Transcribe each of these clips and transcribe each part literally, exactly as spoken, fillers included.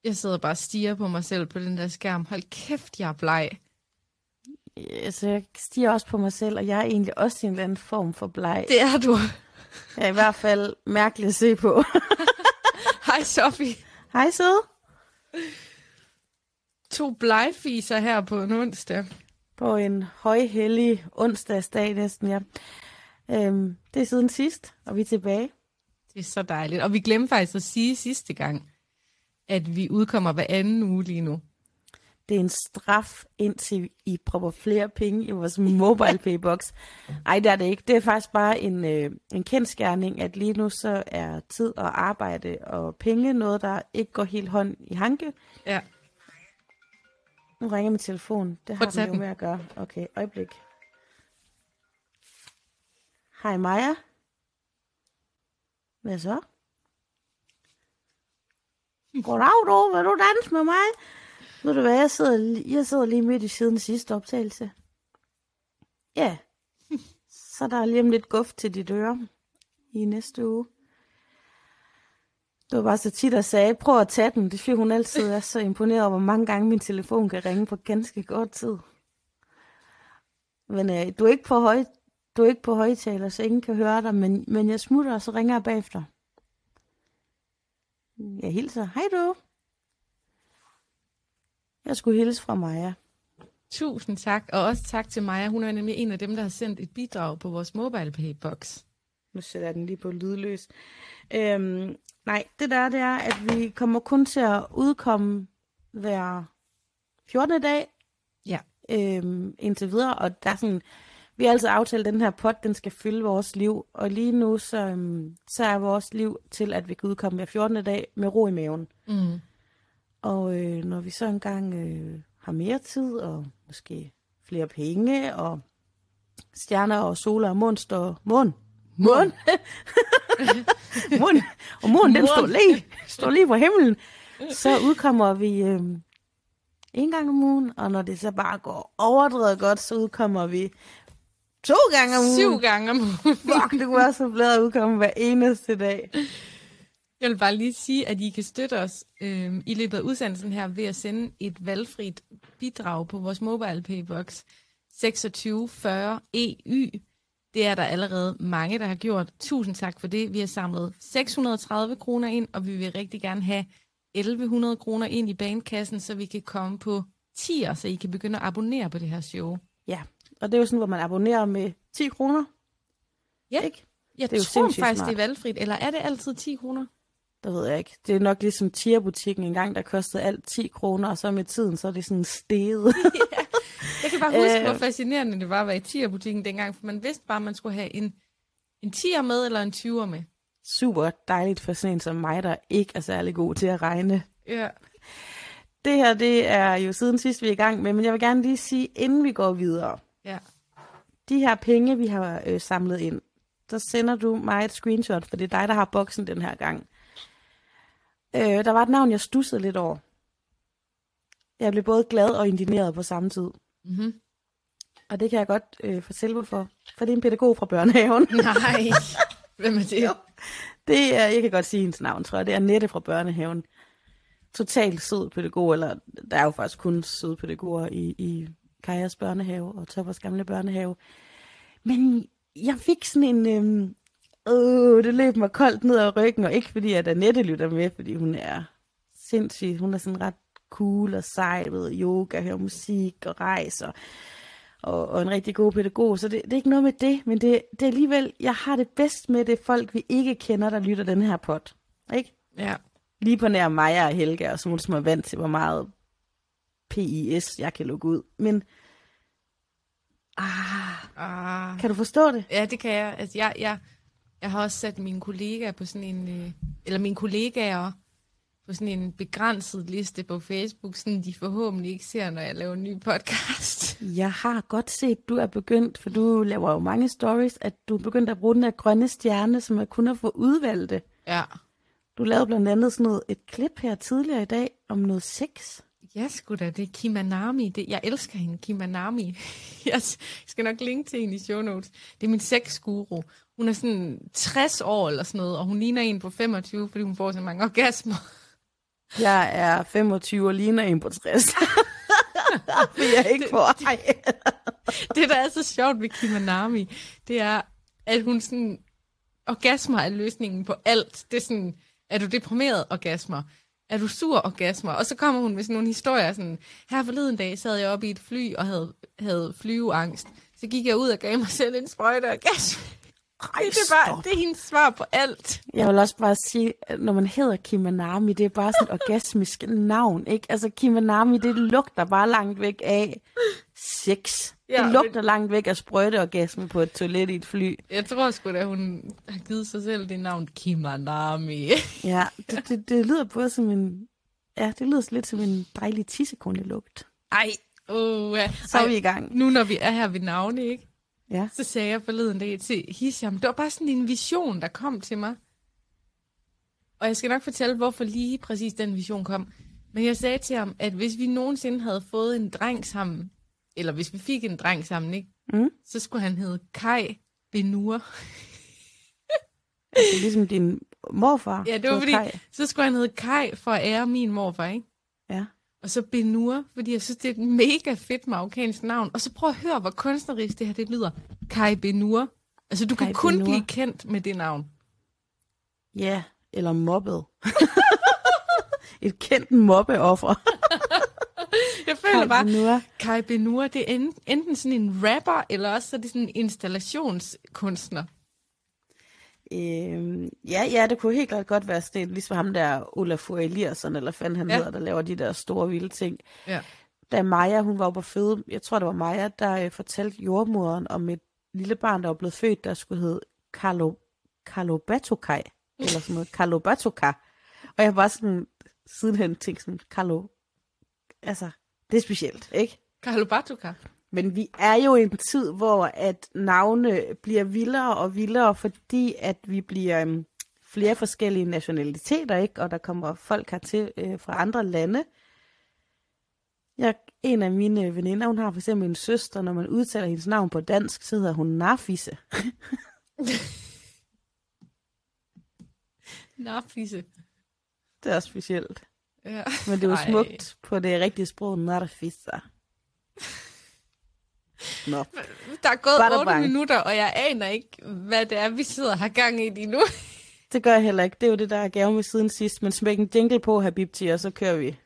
Jeg sidder bare og stiger på mig selv på den der skærm. Hold kæft, jeg er bleg. Altså, jeg stiger også på mig selv, og jeg er egentlig også i en eller anden form for bleg. Det er du. Jeg er i hvert fald mærkelig at se på. Hej, Sofie. Hej, søde. To blegfiser her på en onsdag. På en højhellig onsdagsdag næsten, ja. Øhm, det er siden sidst, og vi er tilbage. Det er så dejligt. Og vi glemte faktisk at sige sidste gang, at vi udkommer hver anden uge lige nu. Det er en straf, indtil I propper flere penge i vores mobile paybox. Ej, det er det ikke. Det er faktisk bare en, øh, en kendsgerning, at lige nu så er tid og arbejde og penge noget, der ikke går helt hånd i hanke. Ja. Nu ringer min telefon. Det har den jo med at gøre. Okay, øjeblik. Hej Maja. Hvad så? Goddag du, vil du danse med mig? Ved du hvad, jeg sidder, jeg sidder lige midt i siden sidste optagelse. Ja, så der er lige om lidt guf til dit øre i næste uge. Det var bare så tit, der sagde, prøv at tage den. Det er hun altid er så imponeret over, hvor mange gange min telefon kan ringe på ganske kort tid. Men øh, du er ikke på høj, du er ikke på højtaler, så ingen kan høre dig, men, men jeg smutter, og så ringer jeg bagefter. Jeg hilser. Hej du. Jeg skulle hilse fra Maja. Tusind tak, og også tak til Maja. Hun er nemlig en af dem, der har sendt et bidrag på vores mobile paybox. Nu sætter jeg den lige på lydløs. Øhm, nej, det der, det er, at vi kommer kun til at udkomme hver fjortende dag. Ja. Øhm, indtil videre, og der er sådan, vi har altid aftalt, at den her pot, den skal fylde vores liv, og lige nu, så, øhm, så er vores liv til, at vi kan udkomme hver fjortende dag med ro i maven. Mm. Og øh, når vi så engang øh, har mere tid, og måske flere penge, og stjerner og soler og månen står... Mån! Mån! Mån! Og månen, den står lige, står lige på himlen. Så udkommer vi øh, en gang om ugen, og når det så bare går overdrevet godt, så udkommer vi to gange om ugen. Syv gange om ugen. Fuck, det kunne være så blevet at udkomme hver eneste dag. Jeg vil bare lige sige, at I kan støtte os øh, i løbet af udsendelsen her ved at sende et valgfrit bidrag på vores mobile paybox seksogtyve fyrre E Y. Det er der allerede mange, der har gjort. Tusind tak for det. Vi har samlet seks hundrede og tredive kroner ind, og vi vil rigtig gerne have elleve hundrede kroner ind i bankassen, så vi kan komme på tier, så I kan begynde at abonnere på det her show. Ja, og det er jo sådan, hvor man abonnerer med ti kroner. Ja, ikke? jeg det er tror jo faktisk, smart. det er valgfrit. Eller er det altid ti kroner? Det ved jeg ikke. Det er nok ligesom Tier-butikken engang, der kostede alt ti kroner, og så med tiden, så er det sådan steget. Ja. Jeg kan bare huske, Øh. hvor fascinerende det var at være i Tier-butikken dengang, for man vidste bare, at man skulle have en, en tier med eller en tyver med. Super dejligt for sådan en som mig, der ikke er særlig god til at regne. Ja. Det her, det er jo siden sidst, vi er i gang med, men jeg vil gerne lige sige, inden vi går videre. Ja. De her penge, vi har øh, samlet ind, så sender du mig et screenshot, for det er dig, der har boksen den her gang. Øh, der var et navn, jeg stussede lidt over. Jeg blev både glad og indigneret på samme tid. Mm-hmm. Og det kan jeg godt øh, fortælle mig for, for det er en pædagog fra børnehaven. Nej, hvem er det? Jo. Det er, jeg kan godt sige hendes navn, tror jeg. Det er Nette fra børnehaven. Totalt sød pædagog, eller der er jo faktisk kun søde pædagoger i, i Kajas børnehave og Toppers gamle børnehave. Men jeg fik sådan en... Øhm, øh, det løb mig koldt ned ad ryggen, og ikke fordi, at Annette lytter med, fordi hun er sindssyg. Hun er sådan ret cool og sej, ved yoga, hører musik og rejser. Og, og en rigtig god pædagog, så det, det er ikke noget med det, men det, det er alligevel, jeg har det bedst med det folk, vi ikke kender, der lytter den her pot. Ikke? Ja. Lige på nær Maja og Helga, og så som er vant til, hvor meget P I S jeg kan lukke ud. Men, ah, Ah. kan du forstå det? Ja, det kan jeg. Altså, jeg, jeg, jeg har også sat mine kollegaer på sådan en, øh, eller mine kollegaer på sådan en begrænset liste på Facebook, sådan de forhåbentlig ikke ser, når jeg laver en ny podcast. Jeg har godt set, du er begyndt, for du laver jo mange stories, at du er begyndt at bruge den der grønne stjerne, som er kun at få udvalgte. Ja. Du lavede blandt andet sådan noget, et klip her tidligere i dag om noget sex. Ja, sgu da, det er Kimanami. Det, jeg elsker hende, Kimanami. Jeg skal nok linke til hende i show notes. Det er min sexguru. Hun er sådan tres år eller sådan noget, og hun ligner en på femogtyve, fordi hun får så mange orgasmer. Jeg er femogtyve og ligner en på tres. Det er ikke på ej. Det, der er så sjovt ved Kimanami, det er, at hun sådan... Orgasmer er løsningen på alt. Det er sådan, er du deprimeret? Orgasmer. Er du sur? Orgasmer. Og så kommer hun med sådan nogle historier, sådan, her forleden dag sad jeg oppe i et fly og havde, havde flyveangst. Så gik jeg ud og gav mig selv en sprøjte orgasme. Ej, det, er bare, det er hendes svar på alt. Jeg vil også bare sige, at når man hedder Kimanami, det er bare sådan et orgasmisk navn, ikke? Altså Kimanami, det lugter bare langt væk af sex. Ja, det lugter men... langt væk af sprøjteorgasme på et toilet i et fly. Jeg tror sgu da, hun har givet sig selv det navn Kimanami. Ja, det, det, det lyder både som en... Ja, det lyder lidt som en dejlig tissekundelugt. Ej, uh, ja. Så er vi i gang. Nu når vi er her ved navne, ikke? Ja. Så sagde jeg forleden dag til Hisham, det var bare sådan en vision, der kom til mig. Og jeg skal nok fortælle, hvorfor lige præcis den vision kom. Men jeg sagde til ham, at hvis vi nogensinde havde fået en dreng sammen, eller hvis vi fik en dreng sammen, ikke? Mm. Så skulle han hedde Kai Benur. Altså ligesom din morfar. Ja, det var fordi, Kai. Så skulle han hedde Kai for at ære min morfar, ikke? Ja. Og så Benur, fordi jeg synes, det er et mega fedt marokkansk navn. Og så prøv at høre, hvor kunstnerisk det her det lyder. Kai Benur. Altså, du Kai kan kun Benur. Blive kendt med det navn. Ja, eller mobbet. Et kendt mobbeoffer. Jeg føler Kai bare, Benur. Kai Benur, det er enten sådan en rapper, eller også så er det sådan en installationskunstner. Øhm, ja, ja, det kunne helt klart godt være sådan en, ligesom ham der Olafur Eliasson, eller fanden han ja. hedder, der laver de der store vilde ting. Ja. Da Maja, hun var på føde, jeg tror det var Maja, der øh, fortalte jordmoderen om et lille barn, der var blevet født, der skulle hedde Carlo, Carlo Batokai, eller sådan noget, Carlo Batoka. Og jeg var sådan, sidenhen tænkte sådan, Carlo, altså, det er specielt, ikke? Carlo Batoka. Men vi er jo i en tid, hvor at navne bliver vildere og vildere, fordi at vi bliver um, flere forskellige nationaliteter, ikke? Og der kommer folk hertil øh, fra andre lande. Jeg, en af mine veninder, hun har for eksempel en søster, når man udtaler hendes navn på dansk, så hedder hun Nafise. Nafise. Det er specielt. Ja. Men det er jo Ej. smukt på det rigtige sprog, Nafisa. Nå. Der er gået otte minutter, og jeg aner ikke, hvad det er, vi sidder og har gang i lige nu. Det gør jeg heller ikke. Det er jo det, der er gave med siden sidst. Men smæk en jingle på, Habibti, og så kører vi.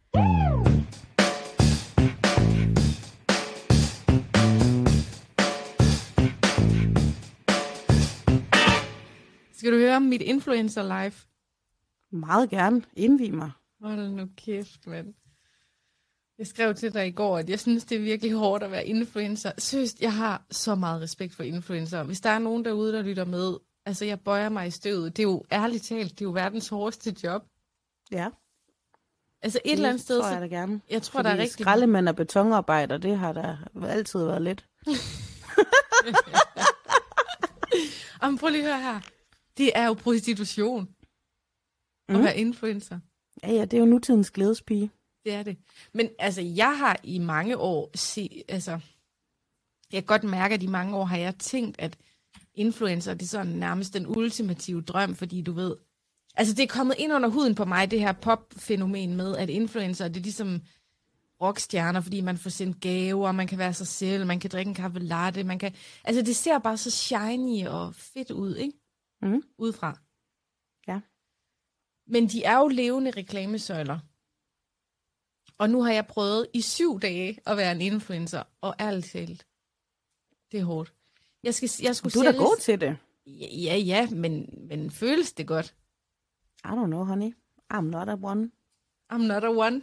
Skal du høre om mit influencer life? Meget gerne. Indvig mig. Hold nu kæft, mand. Jeg skrev til dig i går, at jeg synes, det er virkelig hårdt at være influencer. Seriøst, jeg har så meget respekt for influencer. Hvis der er nogen derude, der lytter med, altså jeg bøjer mig i støvet. Det er jo ærligt talt, det er jo verdens hårdeste job. Ja. Altså et eller andet sted... tror jeg da gerne. Jeg tror, fordi der er rigtig... skraldemand og betonarbejder, det har der altid været lidt. Jamen prøv lige at høre her. Det er jo prostitution at mm. være influencer. Ja, ja, det er jo nutidens glædespige. Det er det. Men altså, jeg har i mange år se, altså, jeg kan godt mærke, at i mange år har jeg tænkt, at influencer, det er sådan nærmest den ultimative drøm, fordi du ved, altså det er kommet ind under huden på mig, det her pop-fænomen med, at influencer, det er ligesom rockstjerner, fordi man får sendt gaver, man kan være sig selv, man kan drikke en kaffe latte, man kan, altså det ser bare så shiny og fedt ud, ikke? Mm. Udefra. Ja. Men de er jo levende reklamesøjler. Og nu har jeg prøvet i syv dage at være en influencer, og ærligt talt, det er hårdt. Jeg skal, jeg skulle du er da god til det. Ja, ja, men, men føles det godt? I don't know, honey. I'm not a one. I'm not a one.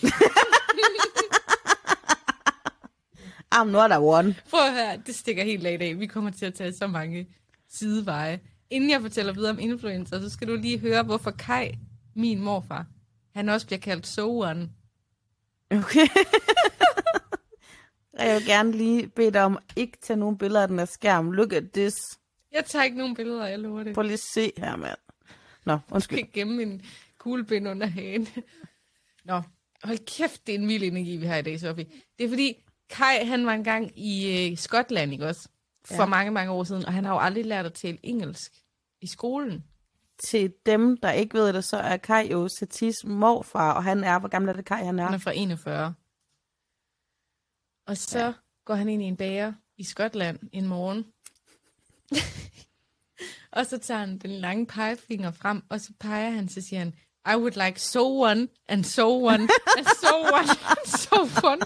I'm not a one. Prøv at høre, det stikker helt af i dag. Vi kommer til at tage så mange sideveje. Inden jeg fortæller videre om influencer, så skal du lige høre, hvorfor Kai, min morfar, han også bliver kaldt so one. Okay. Jeg vil gerne lige bede dig om ikke tage nogen billeder af den her skærm. Look at this. Jeg tager ikke nogen billeder, jeg lover det. Prøv lige at se her, mand. Nå, undskyld. Jeg kan gemme en kuglepind under hagen. Nå, hold kæft, det er en vild energi, vi har i dag, Sofie. Det er fordi, Kai, han var engang i uh, Skotland, ikke også? For ja. mange, mange år siden, og han har jo aldrig lært at tale engelsk i skolen. til dem, der ikke ved det, så er Kai jo Saties morfar, og han er, hvor gammel er det Kai, han er? Han er fra enogfyrre. Og så ja. går han ind i en bager i Skotland en morgen. Og så tager han den lange pegefinger frem, og så peger han, så siger han, I would like so one, and so one, and so one, and so one.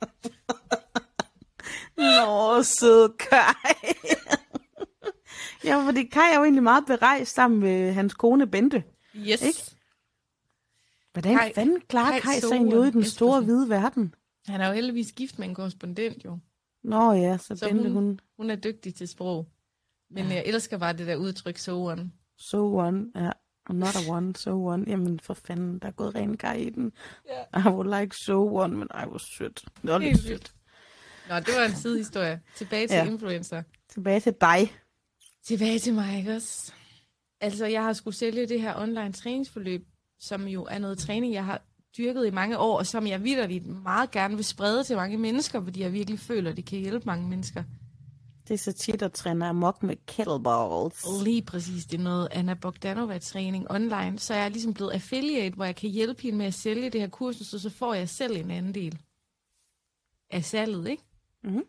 Nå, sød Kai. Ja, fordi Kai er jo egentlig meget berejst sammen med hans kone Bente. Yes. Ikke? Hvordan Kai, fanden klarer Kai sig egentlig ude i den store hvide verden? Han er jo heldigvis gift med en korrespondent, jo. Nå ja, så, så Bente, hun, hun... hun er dygtig til sprog. Men ja. Jeg elsker bare det der udtryk, so one. So one, ja. Not a one, so one. Jamen for fanden, der er gået ren Kai i den. Yeah. I would like so one, men I was sødt. Det var lidt sødt. Nå, det var en sidehistorie. Tilbage til ja. influencer. Tilbage til dig. Tilbage til mig, ikke også? Altså, jeg har skulle sælge det her online træningsforløb, som jo er noget træning, jeg har dyrket i mange år, og som jeg vitterligt meget gerne vil sprede til mange mennesker, fordi jeg virkelig føler, at det kan hjælpe mange mennesker. Det er så tit at træne amok med kettlebells. Lige præcis, det er noget Anna Bogdanova-træning online, så jeg er ligesom blevet affiliate, hvor jeg kan hjælpe hende med at sælge det her kursus, og så får jeg selv en anden del af salget, ikke? Mm-hmm.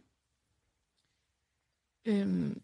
Øhm,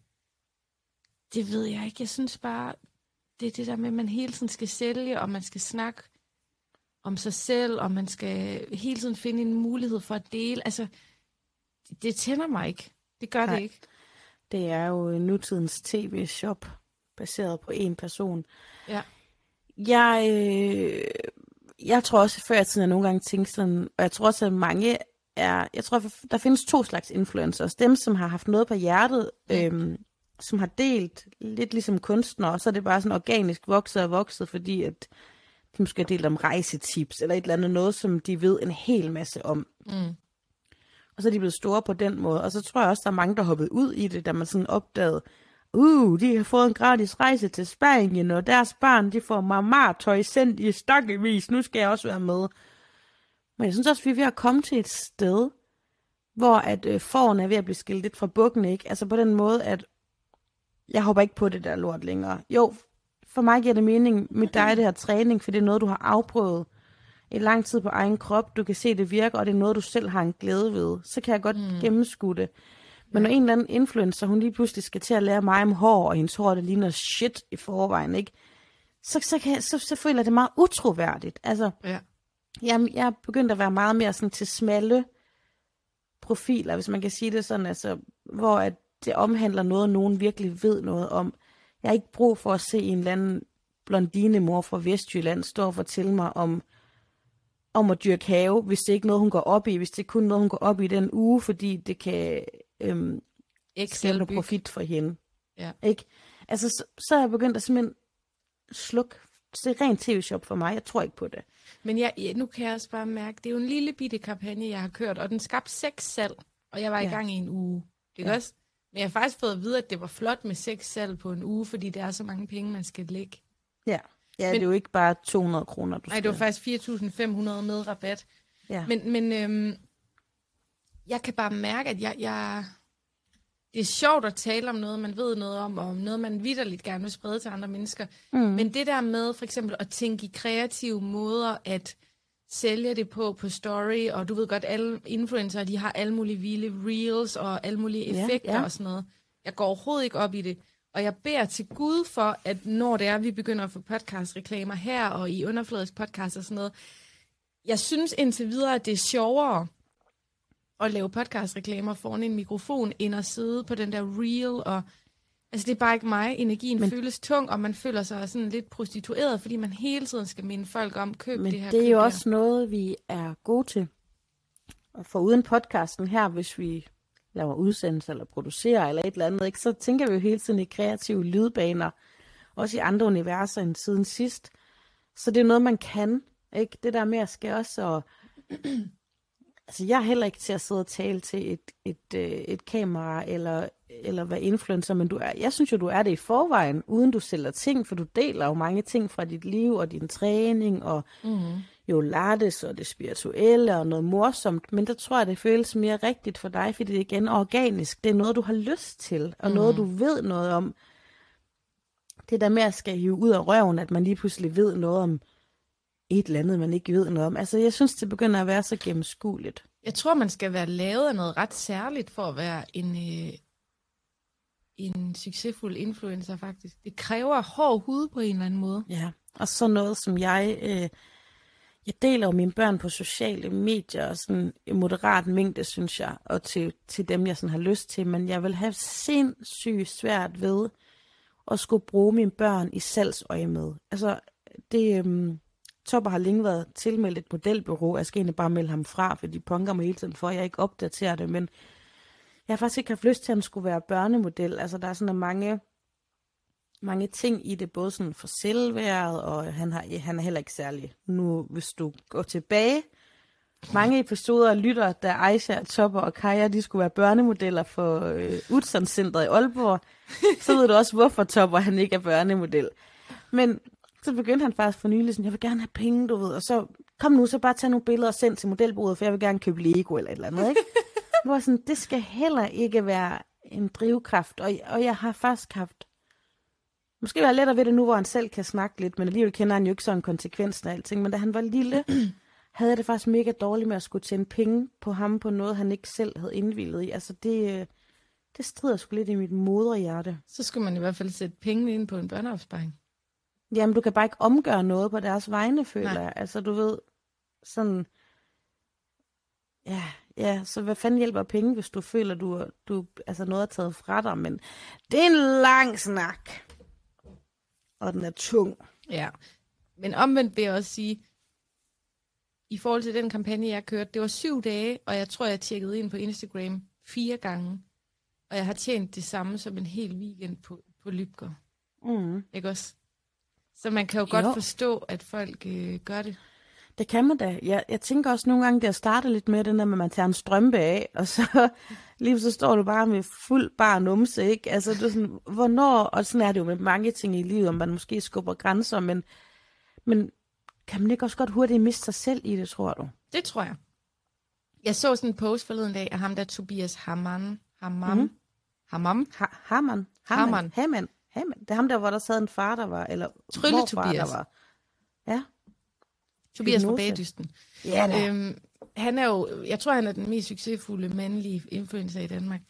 det ved jeg ikke. Jeg synes bare, det er det der med, at man hele tiden skal sælge, og man skal snakke om sig selv, og man skal hele tiden finde en mulighed for at dele. Altså, det, det tænder mig ikke. Det gør Nej. det ikke. Det er jo nutidens tv-shop, baseret på én person. Ja. Jeg, øh, jeg tror også, før jeg tiden nogle gange tænkt sådan, og jeg tror også, at mange er, jeg tror, der findes to slags influencers. Dem, som har haft noget på hjertet, mm. øhm, som har delt lidt ligesom kunstnere, og så er det bare sådan organisk vokset og vokset, fordi at de måske har delt om rejsetips, eller et eller andet noget, som de ved en hel masse om. Mm. Og så er de blevet store på den måde. Og så tror jeg også, der er mange, der hoppet ud i det, da man sådan opdagede, uh, de har fået en gratis rejse til Spanien, og deres barn, de får marmartøj sendt i stakkevis. Nu skal jeg også være med. Men jeg synes også, vi er ved at komme til et sted, hvor at øh, fårene er ved at blive skilt lidt fra bukken, ikke? Altså på den måde, at jeg hopper ikke på det der lort længere. Jo, for mig giver det mening med dig, det her træning, for det er noget, du har afprøvet i lang tid på egen krop. Du kan se, det virker, og det er noget, du selv har en glæde ved. Så kan jeg godt mm. gennemskue det. Men når en eller anden influencer, hun lige pludselig skal til at lære mig om hår, og hendes hår, det ligner shit i forvejen, ikke? Så, så, kan jeg, så, så føler jeg det meget utroværdigt. Altså, ja. jeg, jeg er begyndt at være meget mere sådan til smalle profiler, hvis man kan sige det sådan, altså, hvor at det omhandler noget, nogen virkelig ved noget om. Jeg har ikke brug for at se en eller anden blondinemor fra Vestjylland stå og fortælle mig om, om at dyrke have, hvis det ikke er noget, hun går op i, hvis det er kun noget, hun går op i den uge, fordi det kan øhm, skabe profit for hende. Ja. Ikke? Altså, så, så er jeg begyndt at simpelthen slukke. Det er rent tv-shop for mig. Jeg tror ikke på det. Men jeg, ja, nu kan jeg også bare mærke, det er jo en lille bitte kampagne, jeg har kørt, og den skabte seks salg, og jeg var ja. i gang i en uge. Det er ja. også. Men jeg har faktisk fået at vide, at det var flot med seks salg på en uge, fordi der er så mange penge, man skal lægge. Ja, ja Men, det er jo ikke bare to hundrede kroner, du Nej, skal. det var faktisk fire tusind fem hundrede med rabat. Ja. Men, men øhm, jeg kan bare mærke, at jeg, jeg... det er sjovt at tale om noget, man ved noget om, og om noget, man vitterligt gerne vil sprede til andre mennesker. Mm. Men det der med for eksempel at tænke i kreative måder, at sælge det på på story, og du ved godt, alle influencer, de har alle mulige vilde reels og alle mulige effekter ja, ja. og sådan noget. Jeg går overhovedet ikke op i det. Og jeg beder til Gud for, at når det er, vi begynder at få podcast-reklamer her, og i underfladisk podcast og sådan noget, jeg synes indtil videre, at det er sjovere at lave podcast-reklamer foran en mikrofon, end at sidde på den der reel, og altså det er bare ikke mig. Energien men, føles tung, og man føler sig sådan lidt prostitueret, fordi man hele tiden skal minde folk om, køb det her. Men det er jo også noget, vi er gode til. Og for uden podcasten her, hvis vi laver udsendelser eller producerer eller et eller andet, ikke, så tænker vi jo hele tiden i kreative lydbaner, også i andre universer end siden sidst. Så det er noget, man kan. Ikke? Det der med at skal også... Og altså, jeg er heller ikke til at sidde og tale til et, et, et, et kamera, eller, eller være influencer, men du er, jeg synes jo, du er det i forvejen, uden du sælger ting, for du deler jo mange ting fra dit liv, og din træning, og mm-hmm. jo lattes, og det spirituelle, og noget morsomt, men der tror jeg, det føles mere rigtigt for dig, fordi det er igen organisk, det er noget, du har lyst til, og mm-hmm. noget, du ved noget om. det der med at skal hive ud af røven, at man lige pludselig ved noget om et eller andet, man ikke ved noget om. Altså, jeg synes, det begynder at være så gennemskueligt. Jeg tror, man skal være lavet af noget ret særligt for at være en, øh, en succesfuld influencer, faktisk. Det kræver hård hud på en eller anden måde. Ja, og så noget, som jeg... Øh, jeg deler jo mine børn på sociale medier, og sådan en moderat mængde, synes jeg, og til, til dem, jeg sådan har lyst til, men jeg vil have sindssygt svært ved at skulle bruge mine børn i salgsøje med. Altså, det... Øh, Topper har længe været tilmeldt et modelbureau. Jeg skal egentlig bare melde ham fra, for de punker mig hele tiden for, at jeg ikke opdaterer det. Men jeg har faktisk ikke haft lyst til, at han skulle være børnemodel. Altså, der er sådan mange, mange ting i det, både sådan for selvværd, og han, har, han er heller ikke særlig. Nu, hvis du går tilbage, mange episoder lytter, da Aisha, Topper og Kaja, de skulle være børnemodeller for øh, Utzon Centret i Aalborg, så ved du også, hvorfor Topper han ikke er børnemodel. Men så begyndte han faktisk for nylig sådan, jeg vil gerne have penge, du ved, og så, kom nu, så bare tage nogle billeder og send til modelbordet, for jeg vil gerne købe Lego eller et eller andet, ikke? Det var sådan, det skal heller ikke være en drivkraft, og, og jeg har faktisk haft, måske være lettere ved det nu, hvor han selv kan snakke lidt, men alligevel kender han jo ikke sådan konsekvensen af alting, men da han var lille, havde jeg det faktisk mega dårligt med at skulle tjene penge på ham, på noget, han ikke selv havde indvildet i. Altså det, det strider sgu lidt i mit moderhjerte. Så skulle man i hvert fald sætte pengene ind på en børneopsparing. Jamen, du kan bare ikke omgøre noget på deres vegne, føler Nej. jeg. Altså, du ved, sådan... Ja, ja, så hvad fanden hjælper penge, hvis du føler, du, du altså noget er taget fra dig, men det er en lang snak. Og den er tung. Ja, men omvendt vil jeg også sige, i forhold til den kampagne, jeg kørte, det var syv dage, og jeg tror, jeg tjekkede ind på Instagram fire gange, og jeg har tjent det samme som en hel weekend på, på Lybker. Mm. Ikke også? Så man kan jo, jo. godt forstå, at folk øh, gør det. Det kan man da. Jeg, jeg tænker også nogle gange, det at starte lidt med det, når man tager en strømpe af, og så lige så står du bare med fuld bar numse, ikke? Altså, du er sådan, hvornår, og sådan er det jo med mange ting i livet, om man måske skubber grænser, men, men kan man ikke også godt hurtigt miste sig selv i det, tror du? Det tror jeg. Jeg så sådan en post forleden dag af ham der Tobias Hamann. Hamann. Mm-hmm. Hamann. Ha- Hamann. Hamann. Hamann. Hamann. Det er ham der, hvor der sad en far, der var, eller Trylle morfar, Tobias. der var. Ja. Tobias fra Bagdysten. Ja, da. Øhm, han er jo, jeg tror, han er den mest succesfulde mandlige influencer i Danmark.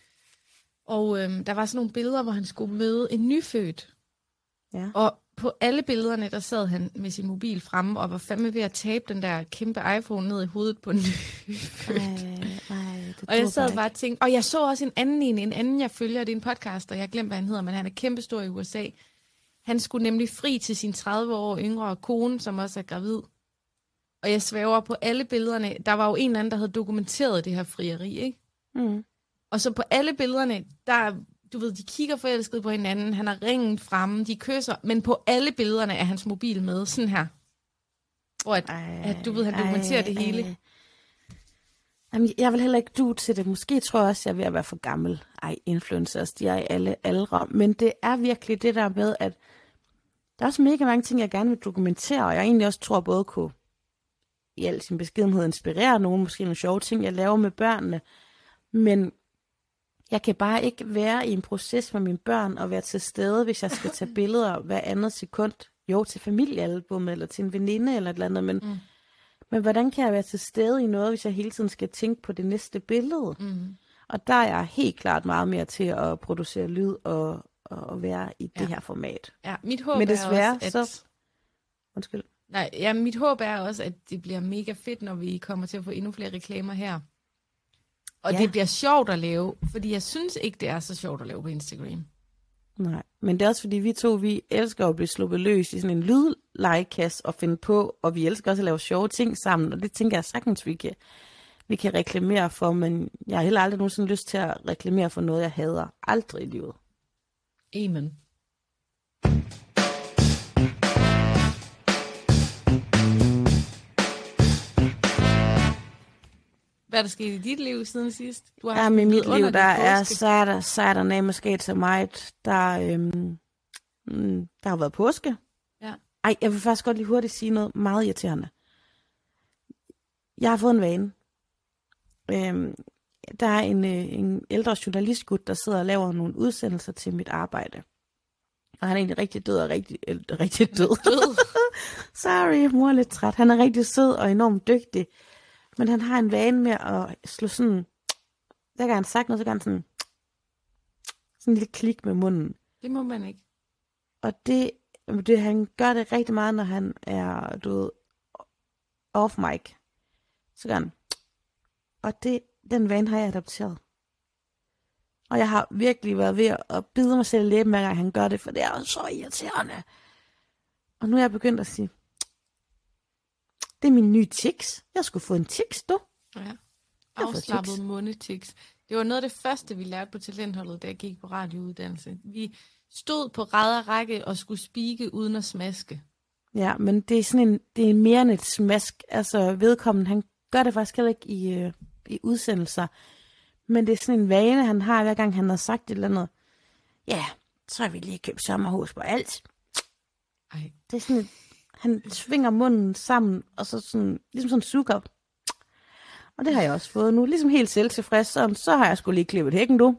Og øhm, der var sådan nogle billeder, hvor han skulle møde en nyfødt. Ja. Og på alle billederne, der sad han med sin mobil fremme, og var fandme ved at tabe den der kæmpe iPhone ned i hovedet på en nyfødt. Ej, ej, og jeg sad bare og tænkte, og jeg så også en anden en, en anden jeg følger, det er en podcast, og jeg glemte, hvad han hedder, men han er kæmpestor i U S A. Han skulle nemlig fri til sin tredive år yngre kone, som også er gravid. Og jeg svæver på alle billederne. Der var jo en eller anden, der havde dokumenteret det her frieri, ikke? Mm. Og så på alle billederne, der, du ved, de kigger forelsket på hinanden, han har ringen fremme, de kysser, men på alle billederne er hans mobil med, sådan her. Hvor at, ej, at du ved, han dokumenterer ej, det hele. Ej. Jamen, jeg vil heller ikke du til det. Måske tror jeg også, jeg er ved at være for gammel. Ej, influencers, de er i alle aldre. Men det er virkelig det der med, at der er også mega mange ting, jeg gerne vil dokumentere, og jeg egentlig også tror både kunne i al sin beskedenhed inspirere nogen, måske nogle sjove ting, jeg laver med børnene. Men jeg kan bare ikke være i en proces med mine børn og være til stede, hvis jeg skal tage billeder hver andet sekund. Jo, til familiealbum eller til en veninde eller et eller andet, men, mm. men hvordan kan jeg være til stede i noget, hvis jeg hele tiden skal tænke på det næste billede? Mm. Og der er jeg helt klart meget mere til at producere lyd og, og være i ja. det her format. Ja, mit håb men desværre, er også, at... så... Undskyld. Nej, ja, mit håb er også, at det bliver mega fedt, når vi kommer til at få endnu flere reklamer her. Og ja. det bliver sjovt at lave, fordi jeg synes ikke, det er så sjovt at lave på Instagram. Nej, men det er også fordi, vi to, vi elsker at blive sluppet løs i sådan en lydlegekasse og finde på, og vi elsker også at lave sjove ting sammen, og det tænker jeg sagtens, vi kan, vi kan reklamere for, men jeg har heller aldrig nogensinde lyst til at reklamere for noget, jeg hader. Aldrig i livet. Amen. Hvad er der sket i dit liv siden sidst? Du har ja, med mit liv, der er, så er der, så er der nærmest sket så meget. Der, øhm, der har været påske. Ja. Ej, jeg vil faktisk godt lige hurtigt sige noget meget irriterende. Jeg har fået en vane. Øhm, der er en, en ældre journalistgud, der sidder og laver nogle udsendelser til mit arbejde. Og han er egentlig rigtig død og rigtig, eller, rigtig død. Død. Sorry, mor er lidt træt. Han er rigtig sød og enormt dygtig. Men han har en vane med at slå sådan... Hver gang han sagt noget, så kan han sådan... Sådan en lille klik med munden. Det må man ikke. Og det, det, han gør det rigtig meget, når han er, du ved, off mic. Så gør han... Og det, den vane har jeg adopteret. Og jeg har virkelig været ved at bide mig selv i læben, hver gang han gør det, for det er så irriterende. Og nu er jeg begyndt at sige, det er min nye tics. Jeg skulle få en tics, du. Ja. Afslappet mundetics. Det var noget af det første, vi lærte på talentholdet, da jeg gik på radiouddannelse. Vi stod på rad og række og skulle spike uden at smaske. Ja, men det er sådan en, det er mere end et smask. Altså vedkommende, han gør det faktisk heller ikke i, øh, i udsendelser. Men det er sådan en vane, han har, hver gang han har sagt et eller andet. Ja, så har vi lige købt sommerhus på alt. Ej. Det er sådan et, han tvinger munden sammen, og så sådan, ligesom sådan en sukker. Og det har jeg også fået nu. Ligesom helt selvtilfreds, så, så har jeg sgu lige klippet hækken, du.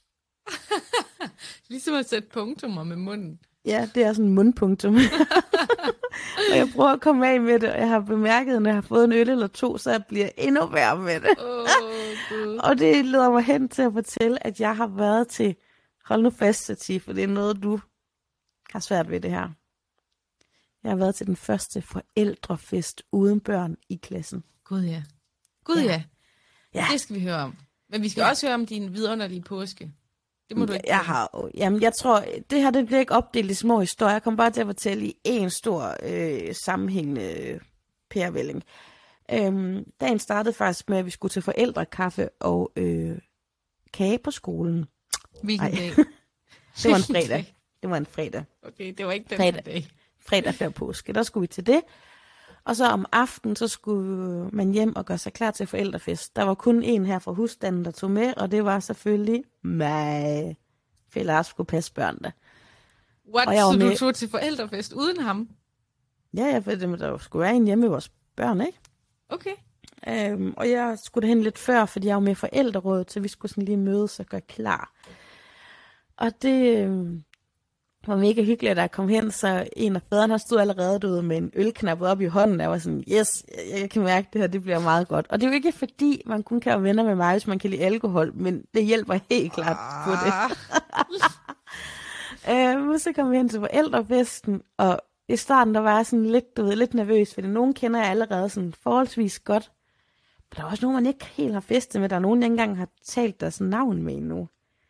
Ligesom at sætte punktummer med munden. Ja, det er sådan en mundpunktum. Og jeg prøver at komme af med det, og jeg har bemærket, at når jeg har fået en øl eller to, så jeg bliver endnu værre med det. Oh, Gud. Og det leder mig hen til at fortælle, at jeg har været til, hold nu fast, Satie, for det er noget, du har svært ved det her. Jeg har været til den første forældrefest uden børn i klassen. Gud ja. Gud ja. ja. Ja. Det skal vi høre om. Men vi skal ja. også høre om din vidunderlige påske. Det må du ikke. Jeg har, jamen, jeg tror, det her det bliver ikke opdelt i små historier. Jeg kommer bare til at fortælle i en stor øh, sammenhængende pærevælling. Øhm, dagen startede faktisk med, at vi skulle til forældrekaffe og øh, kage på skolen. Hvilken Ej. dag? Det var en fredag. Det var en fredag. Okay, det var ikke den fredag. dag. Fredag før påske. Der skulle vi til det. Og så om aftenen, så skulle man hjem og gøre sig klar til forældrefest. Der var kun en her fra husstanden, der tog med, og det var selvfølgelig mig. For Lars skulle passe børnene. What? Og jeg var så med... du tog til forældrefest uden ham? Ja, ja, for der skulle være en hjemme med vores børn, ikke? Okay. Øhm, og jeg skulle derhen lidt før, fordi jeg var med forældrerådet, så vi skulle sådan lige mødes og gøre klar. Og det øh, var mega hyggeligt, da jeg kom hen, så en af fædrene stod allerede derude med en ølknap op i hånden, og jeg var sådan, yes, jeg kan mærke, at det her det bliver meget godt. Og det er jo ikke fordi, man kun kan være venner med mig, hvis man kan lide alkohol, men det hjælper helt klart ah. på det. øhm, så kom vi hen til forældrefesten, og i starten, der var jeg sådan lidt, du ved, lidt nervøs, fordi nogen kender jeg allerede sådan forholdsvis godt. Men der er også nogen, man ikke helt har festet med. Der er nogen, der ikke engang har talt deres navn med endnu.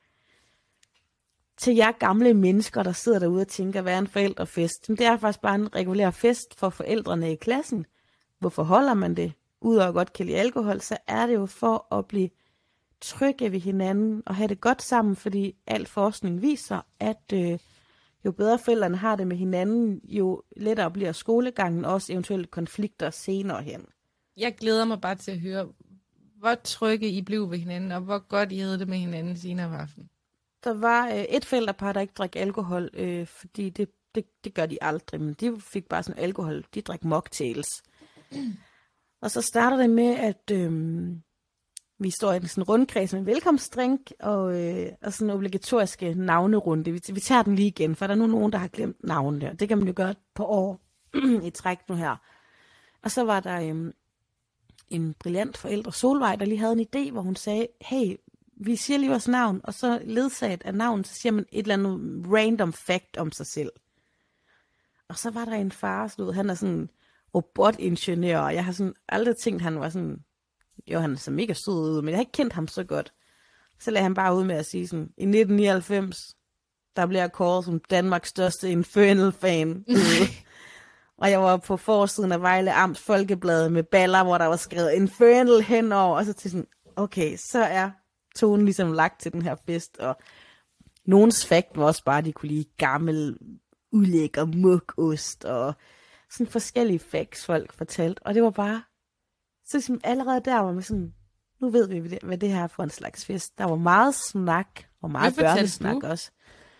Til jer gamle mennesker, der sidder derude og tænker, hvad er en forældrefest? Det er faktisk bare en regulær fest for forældrene i klassen. Hvorfor holder man det? Udover at godt kan lide alkohol, så er det jo for at blive trygge ved hinanden og have det godt sammen, fordi al forskning viser, at øh, jo bedre forældrene har det med hinanden, jo lettere bliver skolegangen, også eventuelt konflikter senere hen. Jeg glæder mig bare til at høre, hvor trygge I blev ved hinanden, og hvor godt I havde det med hinanden senere om aftenen. Der var øh, et forældrepar, der ikke drak alkohol, øh, fordi det, det, det gør de aldrig, men de fik bare sådan alkohol. De drak mocktails. Mm. Og så starter det med, at øh, vi står i en sådan rundkreds med en velkomstdrink, og, øh, og sådan en obligatoriske navnerunde. Vi, vi tager den lige igen, for der er nu nogen, der har glemt navnet der. Det kan man jo gøre på år i træk nu her. Og så var der øh, en brillant forældre, Solvej, der lige havde en idé, hvor hun sagde, hey, vi siger lige vores navn, og så ledsaget af navn, så siger man et eller andet random fact om sig selv. Og så var der en far, så han er sådan robotingeniør, og jeg har sådan aldrig tænkt, han var sådan, jo, han er så mega sød ud, men jeg har ikke kendt ham så godt. Så lagde han bare ud med at sige sådan, i nitten nioghalvfems, der blev jeg kåret som Danmarks største Infernal-fan. Og jeg var på forsiden af Vejle Amts Folkeblad med baller, hvor der var skrevet Infernal henover, og så til sådan, okay, så er tonen ligesom lagt til den her fest, og nogens fakt var også bare, at de kunne lide gammel, ulækker mukost, og sådan forskellige facts, folk fortalte, og det var bare, så ligesom allerede der var man sådan, nu ved vi, hvad det her er for en slags fest. Der var meget snak, og meget børnesnak også.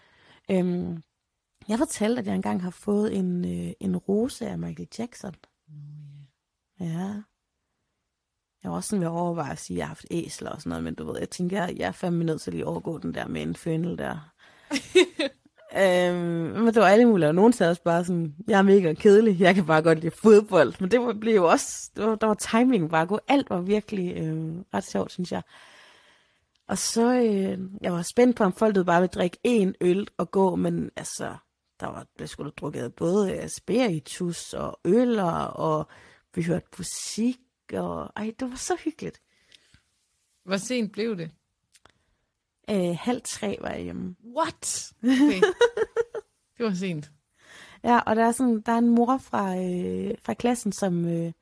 Øhm, jeg fortalte, at jeg engang har fået en, øh, en rose af Michael Jackson. Oh, yeah. Ja. Jeg var også sådan ved at overveje at sige, at jeg har haft æsler og sådan noget, men du ved, jeg tænker, jeg, jeg er fandme nødt til at lige overgå den der med en fønel der. Øhm, men det var alle mulige, og nogen sagde også bare sådan, jeg er mega kedelig, jeg kan bare godt lide fodbold. Men det var, blev jo også, det var, der var timingen bare god. Alt var virkelig øh, ret sjovt, synes jeg. Og så, øh, jeg var spændt på, om folk bare ville drikke én øl og gå, men altså, der var, der skulle drukket både øh, spiritus og øl, og vi hørte musik, og ej, det var så hyggeligt. Hvor sent blev det? Øh, halv tre var jeg hjemme. What? Okay. Det var sent. Ja, og der er sådan, der er en mor fra, øh, fra klassen, som, øh,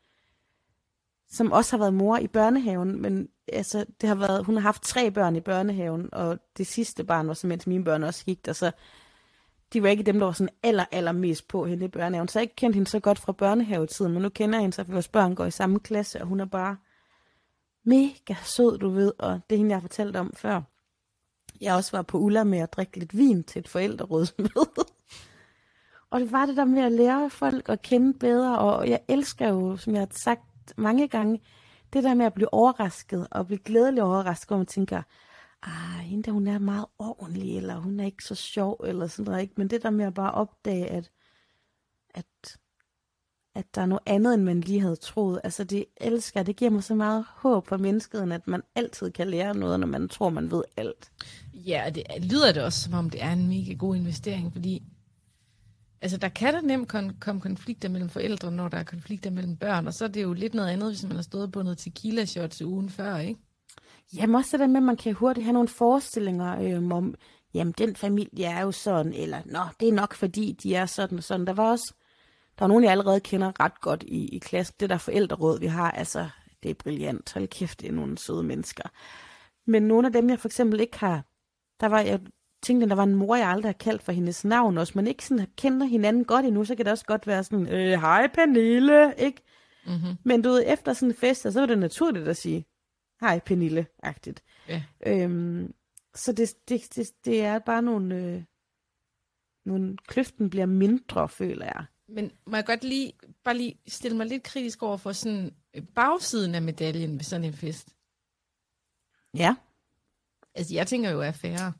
som også har været mor i børnehaven, men altså, det har været, hun har haft tre børn i børnehaven, og det sidste barn var så, mens mine børn også gik der, så de var ikke dem, der var sådan aller, aller mest på hende i børnehaven. Så jeg ikke kendt hende så godt fra børnehavetiden, men nu kender jeg hende så, for vores børn går i samme klasse, og hun er bare mega sød, du ved, og det er hende, jeg har fortalt om før. Jeg også var på Ulla med at drikke lidt vin til et forældrerådsmøde. Og det var det der med at lære folk at kende bedre, og jeg elsker jo, som jeg har sagt mange gange, det der med at blive overrasket, og blive glædelig overrasket, hvor man tænker, ah, hende der, hun er meget ordentlig, eller hun er ikke så sjov, eller sådan noget, ikke? Men det der med at bare opdage, at, at, at der er noget andet, end man lige havde troet. Altså det elsker, det giver mig så meget håb for mennesket, at man altid kan lære noget, når man tror, man ved alt. Ja, det lyder det også, som om det er en mega god investering, fordi altså, der kan da nemt kon- komme konflikter mellem forældre, når der er konflikter mellem børn, og så er det jo lidt noget andet, hvis man har stået på noget tequila-shots ugen før, ikke? Jamen også det der med, at man kan hurtigt have nogle forestillinger øhm, om, jamen den familie er jo sådan, eller nå, det er nok fordi, de er sådan og sådan. Der var også, der var nogen, jeg allerede kender ret godt i, i klassen. Det der forældreråd, vi har, altså, det er brilliant. Hold kæft, det er nogle søde mennesker. Men nogle af dem, jeg for eksempel ikke har, der var, jeg tænkte, der var en mor, jeg aldrig har kaldt for hendes navn også, men ikke sådan kender hinanden godt endnu, så kan det også godt være sådan, øh, hej Pernille, ikke? Mm-hmm. Men du ved, efter sådan en fest, så var det naturligt at sige, hej Pernille-agtigt. Ja. Øhm, så det, det, det, det er bare nogle, øh, nogle, kløften bliver mindre, føler jeg. Men må jeg godt lige, bare lige stille mig lidt kritisk over for sådan bagsiden af medaljen ved sådan en fest? Ja. Altså, jeg tænker jo affære.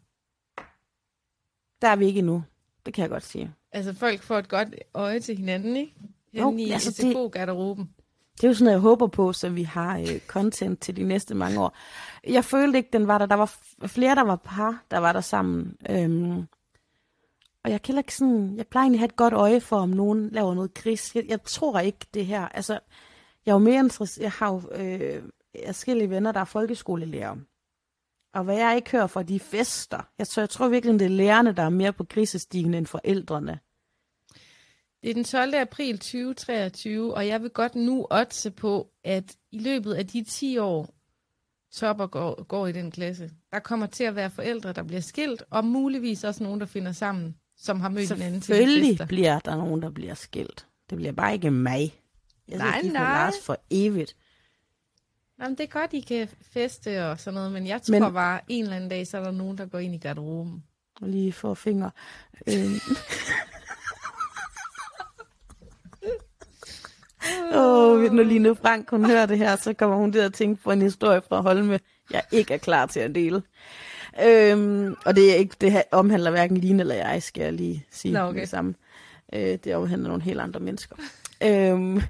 Der er vi ikke endnu. Det kan jeg godt sige. Altså, folk får et godt øje til hinanden, ikke? Jo, Henne i altså S F O-garderoben. Det er jo sådan noget, jeg håber på, så vi har øh, content til de næste mange år. Jeg følte ikke, den var der. Der var f- flere, der var par, der var der sammen. Øhm, og jeg kan ikke sådan, jeg plejer egentlig at have et godt øje for, om nogen laver noget gris. Jeg, jeg tror ikke det her. Altså, jeg er jo mere interesseret. Jeg har jo øh, forskellige venner, der er folkeskolelærer. Og hvad jeg ikke hører fra de fester, jeg tror, jeg tror virkelig, det er lærerne, der er mere på grisestigen end forældrene. Det er den tolvte april tyve treogtyve, og jeg vil godt nu oddse på, at i løbet af de ti år, Topper går, går i den klasse, der kommer til at være forældre, der bliver skilt, og muligvis også nogen, der finder sammen, som har mødt hinanden til de fester. Selvfølgelig bliver der nogen, der bliver skilt. Det bliver bare ikke mig. Jeg nej, synes, de nej. får Lars for evigt. Nej, men det er godt, I kan feste og sådan noget, men jeg tror men, bare, en eller anden dag, så er der nogen, der går ind i garderoben. Og lige får fingre. øhm. oh, når Line Frank, hun hører det her, så kommer hun til at tænke på en historie fra Holme, jeg ikke er klar til at dele. Øhm, og det, er ikke, det her omhandler hverken Line eller jeg, skal jeg lige sige. Nå, okay. Det samme. Øh, det omhandler nogle helt andre mennesker. øhm.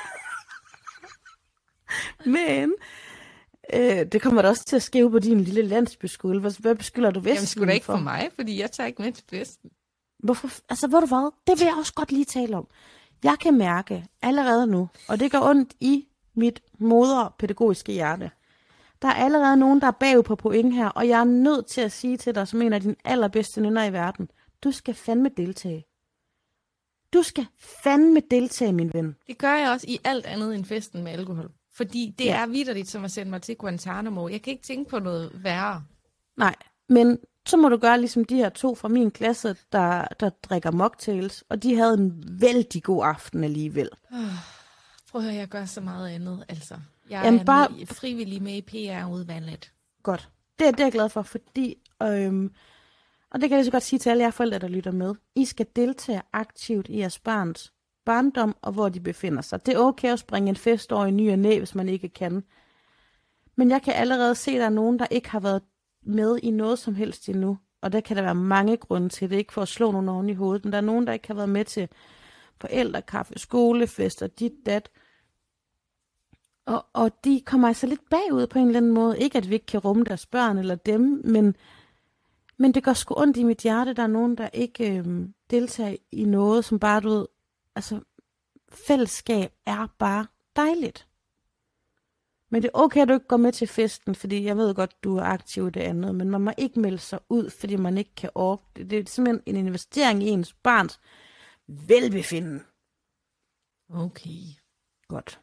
Men øh, det kommer da også til at skrive på din lille landsbyskole. Hvad, hvad beskylder du Vestbyen for? Jamen sgu da ikke for mig, fordi jeg tager ikke med til festen. Hvorfor? Altså, ved du hvad? Det vil jeg også godt lige tale om. Jeg kan mærke allerede nu, og det gør ondt i mit moderpædagogiske hjerte. Der er allerede nogen, der er bagud på point her, og jeg er nødt til at sige til dig, som en af dine allerbedste venner i verden, du skal fandme deltage. Du skal fandme deltage, min ven. Det gør jeg også i alt andet end festen med alkohol. Fordi det ja. er vitterligt som at sende mig til Guantanamo. Jeg kan ikke tænke på noget værre. Nej, men så må du gøre ligesom de her to fra min klasse, der, der drikker mocktails, og de havde en vældig god aften alligevel. Oh, prøv at høre, jeg gør så meget andet, altså. Jeg Jamen, er bare... med, frivillig med i P R-udvalget. Godt. Det, det er jeg glad for, fordi... Øhm, og det kan jeg så godt sige til alle jer forældre, der lytter med. I skal deltage aktivt i jeres barns barndom, og hvor de befinder sig. Det er okay at springe en fest over i ny og næ, hvis man ikke kan. Men jeg kan allerede se, at der er nogen, der ikke har været med i noget som helst endnu. og der kan der være mange grunde til det, ikke for at slå nogen oven i hovedet, men der er nogen, der ikke har været med til forældrekaffe, skolefester, dit, dat. Og, og de kommer altså lidt bagud på en eller anden måde. Ikke at vi ikke kan rumme deres børn eller dem, men, men det går sgu ondt i mit hjerte. Der er nogen, der ikke øhm, deltager i noget, som bare, du ved, altså fællesskab er bare dejligt. Men det er okay, at du ikke går med til festen, fordi jeg ved godt, du er aktiv i det andet, men man må ikke melde sig ud, fordi man ikke kan orke det. Det er simpelthen en investering i ens barns velbefindende. Okay. Godt.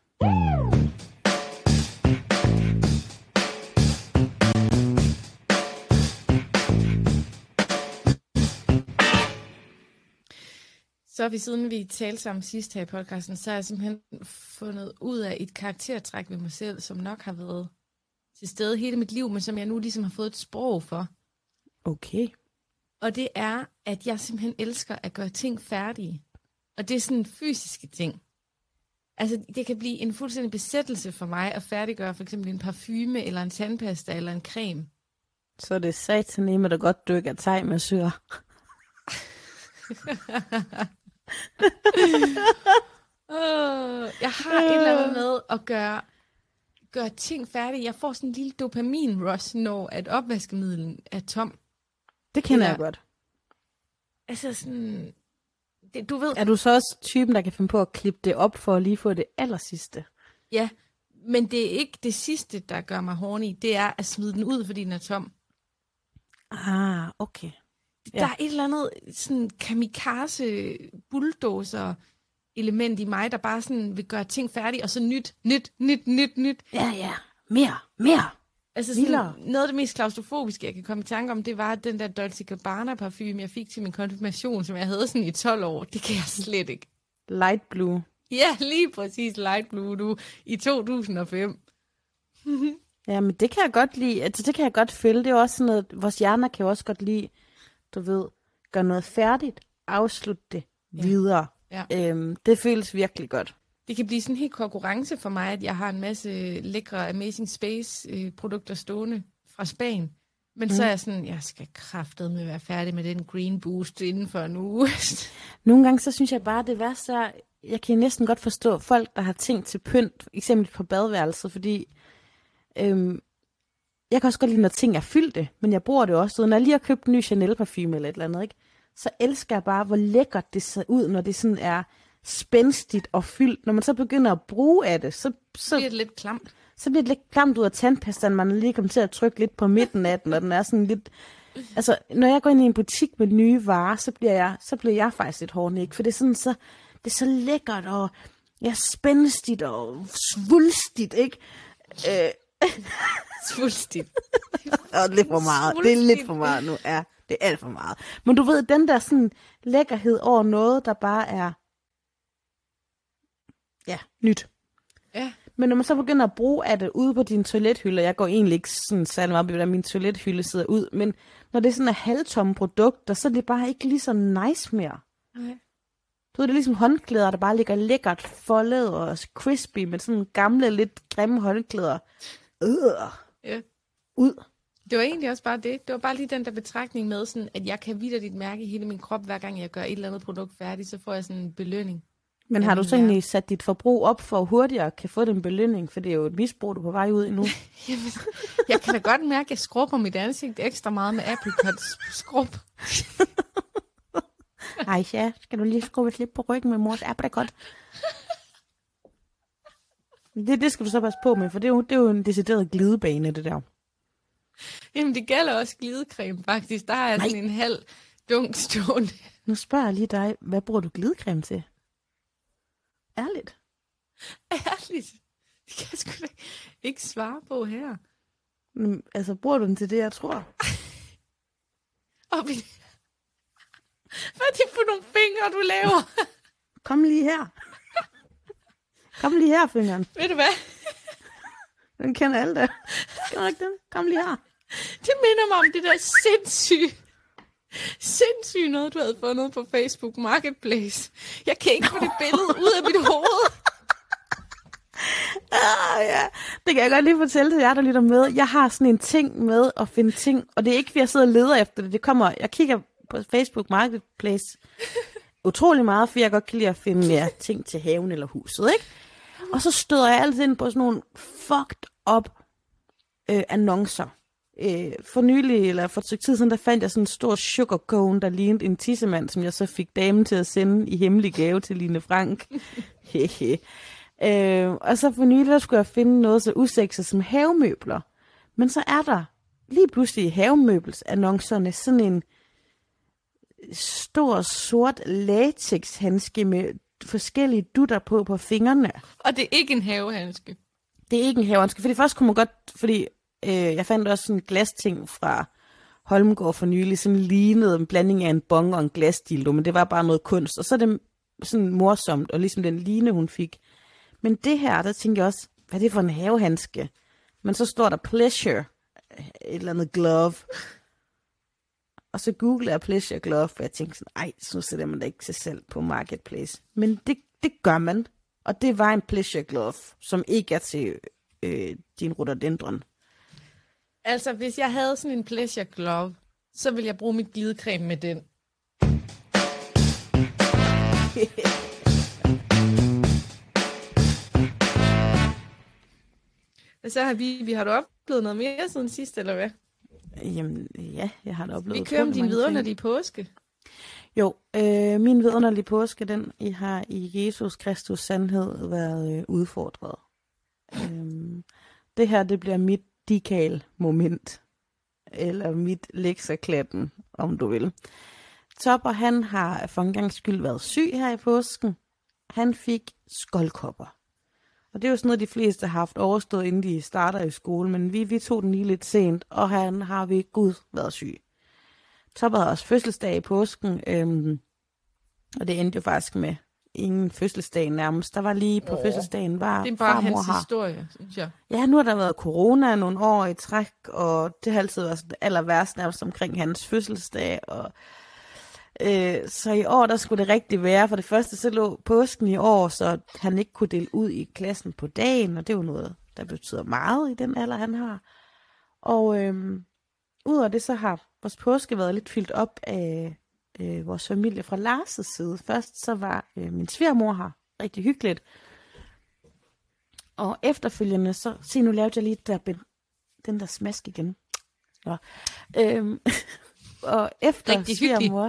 Så vi siden vi talte sammen sidst her i podcasten, så har jeg simpelthen fundet ud af et karaktertræk ved mig selv, som nok har været til stede hele mit liv, men som jeg nu ligesom har fået et sprog for. Okay. Og det er, at jeg simpelthen elsker at gøre ting færdige. Og det er sådan fysiske ting. Altså, det kan blive en fuldstændig besættelse for mig at færdiggøre for eksempel en parfume, eller en tandpasta, eller en creme. Så er det sataneme, der godt dykker teg med syre. oh, jeg har et eller andet med at gøre, gøre ting færdige. Jeg får sådan en lille dopamin-rush, når at opvaskemidlen er tom. Det kender eller, jeg godt. Altså sådan... Det, du ved... Er du så også typen, der kan finde på at klippe det op for at lige få det allersidste? Ja, men det er ikke det sidste, der gør mig horny. Det er at smide den ud, fordi den er tom. Ah, okay. Ja. Der er et eller andet sådan kamikaze bulldozer element i mig, der bare sådan vil gøre ting færdige, og så nyt, nyt, nyt, nyt, nyt. Ja, ja. Mere, mere. Altså sådan, noget af det mest klaustrofobiske, jeg kan komme i tanke om, det var den der Dolce Gabbana parfume, jeg fik til min konfirmation, som jeg havde sådan i tolv år. Det kan jeg slet ikke. Light blue. Ja, lige præcis light blue, du. I to tusind og fem. Ja, men det kan jeg godt lide. Altså, det kan jeg godt følge. Det er også sådan noget, vores hjerner kan jo også godt lide, du ved, gøre noget færdigt, afslutte det ja. videre. Ja. Øhm, det føles virkelig godt. Det kan blive sådan en helt konkurrence for mig, at jeg har en masse lækre Amazing Space-produkter stående fra Spanien. Men mm. så er jeg sådan, jeg skal kraftedeme være færdig med den Green Boost inden for en uge. Nogle gange så synes jeg bare, det værste er, jeg kan næsten godt forstå folk, der har ting til pynt, eksempelvis på badeværelset, fordi øhm, jeg kan også godt lide, når ting er fyldte, men jeg bruger det også. Så når jeg lige har købt en ny Chanel-parfume eller et eller andet, ikke, så elsker jeg bare, hvor lækkert det ser ud, når det sådan er spændstigt og fyldt. Når man så begynder at bruge af det, så, så bliver det lidt klamt. Så bliver det lidt klamt ud af tandpastaen, man lige kommer til at trykke lidt på midten af den, og den er sådan lidt... Altså, når jeg går ind i en butik med nye varer, så bliver jeg, så bliver jeg faktisk lidt horny, ikke? For det er sådan så, det er så lækkert og ja, spændstigt og svulstigt, ikke? Øh. Svulstigt. Og lidt for meget. Det er lidt for meget nu. Ja, det er alt for meget. Men du ved, den der sådan lækkerhed over noget, der bare er ja, nyt. Ja. Men når man så begynder at bruge af det ude på din toilethylde, jeg går egentlig ikke sådan særlig meget op i, hvordan min toilethylde sidder ud, men når det er sådan en halvtomme produkter, så er det bare ikke lige så nice mere. Okay. Du ved, det er ligesom håndklæder, der bare ligger lækkert foldet og crispy, med sådan gamle, lidt grimme håndklæder. Øh. Ja. Ud. Det var egentlig også bare det. Det var bare lige den der betragtning med, sådan, at jeg kan vitterligt mærke i hele min krop, hver gang jeg gør et eller andet produkt færdigt, så får jeg sådan en belønning. Men har du så egentlig sat dit forbrug op for hurtigere kan få den belønning? For det er jo et misbrug, du er på vej ud endnu. Jamen, jeg kan da godt mærke, at jeg skrubber mit ansigt ekstra meget med apricots skrub. Ej, ja, skal du lige skrubbe lidt på ryggen med mors apricot? Det, det skal du så passe på med, for det er jo, det er jo en decideret glidebane, det der. Jamen, det gælder også glidecreme, faktisk. Der har jeg Nej. sådan en halv dunk stående. Nu spørger jeg lige dig, hvad bruger du glidecreme til? Ærligt. Ærligt? Det kan jeg sgu da ikke svare på her. Men, altså, bruger du den til det, jeg tror? Op i... Hvad er det for nogle fingre, du laver? Kom lige her. Kom lige her, fingeren. Ved du hvad? Den kender alle der. Skal du ikke den? Kom lige her. Det minder mig om det der sindssyge, sindssyge noget, du havde fundet på Facebook Marketplace. Jeg kan ikke få det billede ud af mit hoved. Ah, ja. Det kan jeg godt lige fortælle til jer, der lytter med. Jeg har sådan en ting med at finde ting, og det er ikke, fordi jeg sidder og leder efter det. Det kommer, jeg kigger på Facebook Marketplace utrolig meget, for jeg godt kan lide at finde mere ting til haven eller huset, ikke? Og så støder jeg altid ind på sådan nogle fucked up øh, annoncer. Øh, for nylig, eller for et stykke tid siden, der fandt jeg sådan en stor sugar cone, der lignede en tissemand, som jeg så fik damen til at sende i hemmelig gave til Line Frank. Hehe. Øh, og så for nylig, der skulle jeg finde noget så usekset som havemøbler. Men så er der lige pludselig i havemøbelsannoncerne sådan en stor sort latexhandske med forskellige dutter på på fingrene. Og det er ikke en havehandske. Det er ikke en havehandske, fordi først kunne man godt, fordi øh, jeg fandt også sådan en glasting fra Holmegård for nylig, sådan lignede en blanding af en bong og en glasdildo, men det var bare noget kunst. Og så er det sådan morsomt, og ligesom den line, hun fik. Men det her, der tænkte jeg også, hvad er det for en havehandske? Men så står der pleasure, et eller andet glove. Og så googlede jeg pleasure glove, og jeg tænkte sådan, ej, så sætter man da ikke sig selv på Marketplace. Men det, det gør man. Og det var en pleasure glove, som ikke er til øh, din rhododendron. Altså, hvis jeg havde sådan en pleasure glove, så ville jeg bruge mit glidecreme med den. Og så har vi, vi har du oplevet noget mere siden sidst, eller hvad? Jamen, ja, jeg har da oplevet. Vi kører med din vidunderlige påske. Jo, øh, min vidunderlige påske, den I har i Jesus Kristus sandhed været øh, udfordret. øhm, det her, det bliver mit dekal-moment. Eller mit lekserklatten, om du vil. Topper, han har for en gang skyld været syg her i påsken. Han fik skoldkopper. Og det er jo sådan noget, de fleste har haft overstået, inden de starter i skole. Men vi, vi tog den lige lidt sent, og han har ved Gud været syg. Topper havde også fødselsdag i påsken, øhm, og det endte jo faktisk med ingen fødselsdag nærmest. Der var lige på oh, fødselsdagen, var det er bare farmor hans har. historie, synes jeg. Ja, nu har der været corona nogle år i træk, og det har altid været det aller værste nærmest omkring hans fødselsdag. Og, øh, så i år, der skulle det rigtig være. For det første, så lå påsken i år, så han ikke kunne dele ud i klassen på dagen, og det er jo noget, der betyder meget i den alder, han har. Og øh, udover det, så har vores påske været lidt fyldt op af øh, vores familie fra Lars' side. Først så var øh, min svigermor her, rigtig hyggeligt. Og efterfølgende, så se, nu lavede jeg lige der, den der smask igen. Nå. Øhm, og efter rigtig svigermor,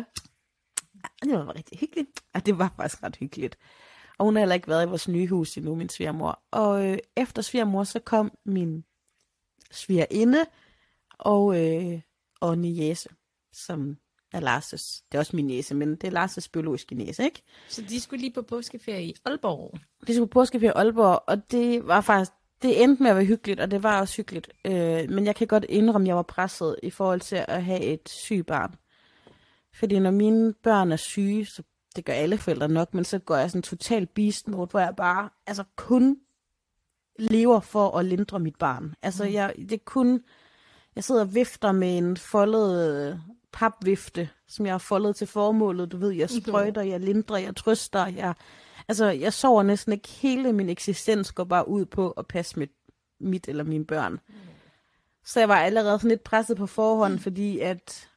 det var rigtig hyggeligt. Ja, det var faktisk ret hyggeligt. Og hun har heller ikke været i vores nye hus endnu, min svigermor. Og øh, efter svigermor, så kom min svigerinde og, øh, og niece, som er Lars'. Det er også min niece, men det er Lars' biologiske niece, ikke? Så de skulle lige på påskeferie i Aalborg? De skulle på påskeferie i Aalborg, og det var faktisk, det endte med at være hyggeligt, og det var også hyggeligt. Øh, men jeg kan godt indrømme, at jeg var presset i forhold til at have et sygt barn. Fordi når mine børn er syge, så det gør alle forældre nok, men så går jeg sådan total beast mode, hvor jeg bare altså kun lever for at lindre mit barn. Altså mm. jeg, det er kun, jeg sidder og vifter med en foldet papvifte, som jeg har foldet til formålet. Du ved, jeg sprøjter, jeg lindrer, jeg trøster, jeg, altså jeg sover næsten ikke. Hele min eksistens går bare ud på at passe mit, mit eller mine børn. Mm. Så jeg var allerede sådan lidt presset på forhånd, mm. fordi at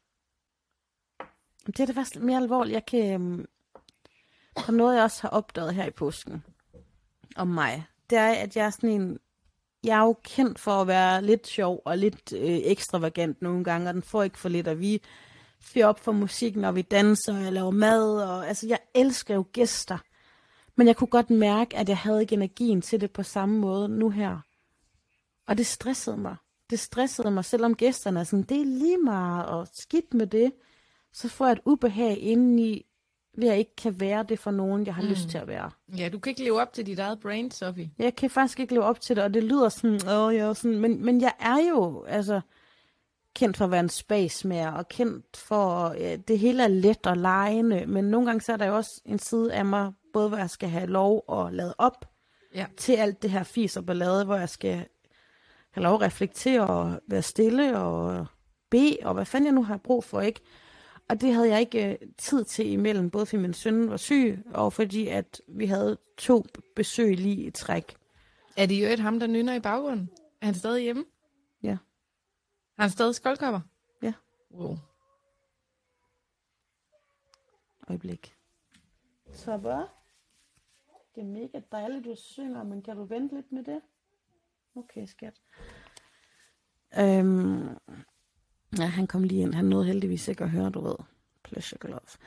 det er det faktisk mere alvorligt. Jeg kan, der er noget, jeg også har opdaget her i påsken om mig. Det er, at jeg er sådan en, jeg er jo kendt for at være lidt sjov og lidt øh, ekstravagant nogle gange, og den får ikke for lidt, og vi fyrer op for musikken, og vi danser, og jeg laver mad, og altså jeg elsker jo gæster. Men jeg kunne godt mærke, at jeg havde ikke energien til det på samme måde nu her. Og det stressede mig. Det stressede mig, selvom gæsterne er sådan, det er lige meget, og skidt med det. Så får jeg et ubehag indeni, ved at jeg ikke kan være det for nogen, jeg har mm. lyst til at være. Ja, du kan ikke leve op til dit eget brand, Sofie. Jeg kan faktisk ikke leve op til det, og det lyder sådan, åh, jeg er sådan, men, men jeg er jo altså kendt for at være en spacemager, og kendt for, ja, det hele er let og legende, men nogle gange så er der jo også en side af mig, både hvor jeg skal have lov at lade op, ja. Til alt det her fis og ballade, hvor jeg skal have lov at reflektere og være stille og bede, og hvad fanden jeg nu har brug for, ikke? Og det havde jeg ikke øh, tid til imellem, både fordi min søn var syg, og fordi at vi havde to besøg lige i træk. Er det jo et ham, der nynner i baggrunden? Er han stadig hjemme? Ja. Har han stadig skoldkopper? Ja. Wow. Øjeblik. Topper. Det er mega dejligt, du synger, men kan du vente lidt med det? Okay, skat. Øhm, ja, han kom lige ind. Han nåede heldigvis ikke at høre, du ved. Pleasure Glove.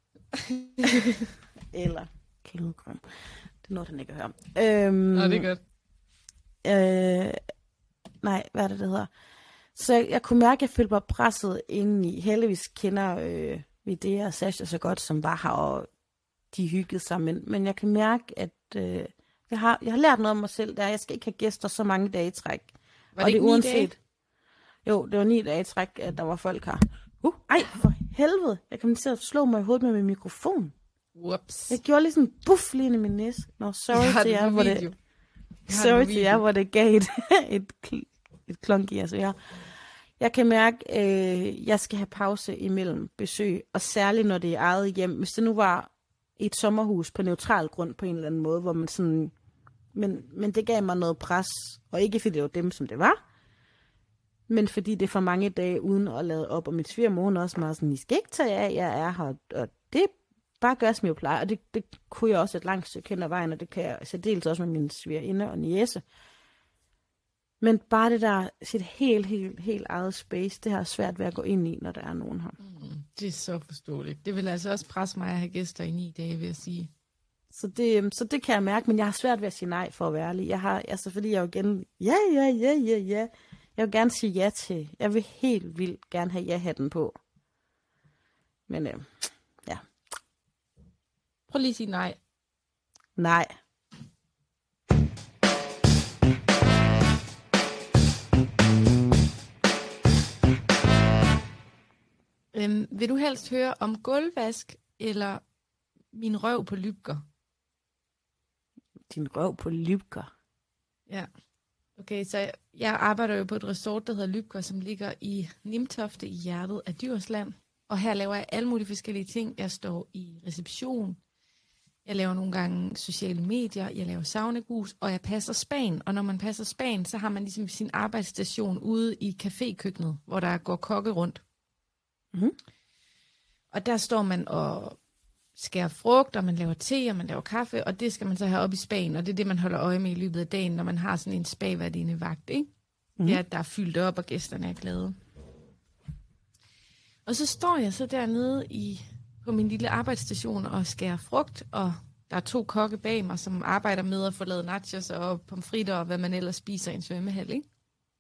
Eller Kludgrøm. Det nåede han ikke at høre. Øhm, Nå, det er godt. Øh, nej, hvad er det, det hedder? Så jeg, jeg kunne mærke, at jeg følte mig presset indeni. Heldigvis kender øh, Videa og Sasha så godt, som var her, og de hyggede sig. Men, men jeg kan mærke, at øh, jeg, har, jeg har lært noget om mig selv, der jeg skal ikke have gæster så mange dage i træk. Var det og ikke det ni uanset. dage? Jo, det var ni dage i træk, at der var folk her. Uh, ej, for helvede. Jeg kom til at slå mig i hovedet med min mikrofon. Whoops. Jeg gjorde lige sådan buff lige ind i min næse. Nå, sorry til jer, hvor det, sorry til jer, hvor det gav et, et, et klonk i. Altså, jeg, jeg kan mærke, øh, jeg skal have pause imellem besøg, og særligt når det er eget hjem. Hvis det nu var et sommerhus på neutral grund på en eller anden måde, hvor man sådan, men, men det gav mig noget pres, og ikke fordi det var dem, som det var, men fordi det er for mange dage uden at lade op, og mit svigermor hun også meget sådan, I skal ikke tage af, jeg er her, og det bare gør, som jeg plejer, og det, det kunne jeg også et langt stykke hen ad vejen, og det kan jeg særdeles også med min svigerinde og niece. Men bare det der, sit helt, helt, helt eget space, det har svært ved at gå ind i, når der er nogen her. Mm, det er så forståeligt. Det vil altså også presse mig at have gæster i ni dage, vil jeg sige. Så det, så det kan jeg mærke, men jeg har svært ved at sige nej, for at være ærlig. Jeg har, altså fordi jeg jo igen, ja, ja, ja, ja, ja. Jeg vil gerne sige ja til, jeg vil helt vildt gerne have ja-hatten på. Men øh, ja. Prøv lige at sige nej. Nej. Øhm, vil du helst høre om gulvvask eller min røv på Lybker? Din røv på Lybker. Ja. Okay, så jeg, jeg arbejder jo på et resort, der hedder Lybker, som ligger i Nimtofte i hjertet af Djursland. Og her laver jeg alle mulige forskellige ting. Jeg står i reception. Jeg laver nogle gange sociale medier. Jeg laver saunagus, og jeg passer span. Og når man passer span, så har man ligesom sin arbejdsstation ude i cafékøkkenet, hvor der går kokke rundt. Mm-hmm. Og der står man og skærer frugt, og man laver te, og man laver kaffe, og det skal man så have op i spagen, og det er det, man holder øje med i løbet af dagen, når man har sådan en spagværdiende vagt, ikke? Mm-hmm. Det er, at der er fyldt op, og gæsterne er glade. Og så står jeg så dernede i, på min lille arbejdsstation og skærer frugt, og der er to kokke bag mig, som arbejder med at få lavet nachos og pomfritter, og hvad man ellers spiser i en svømmehal, ikke?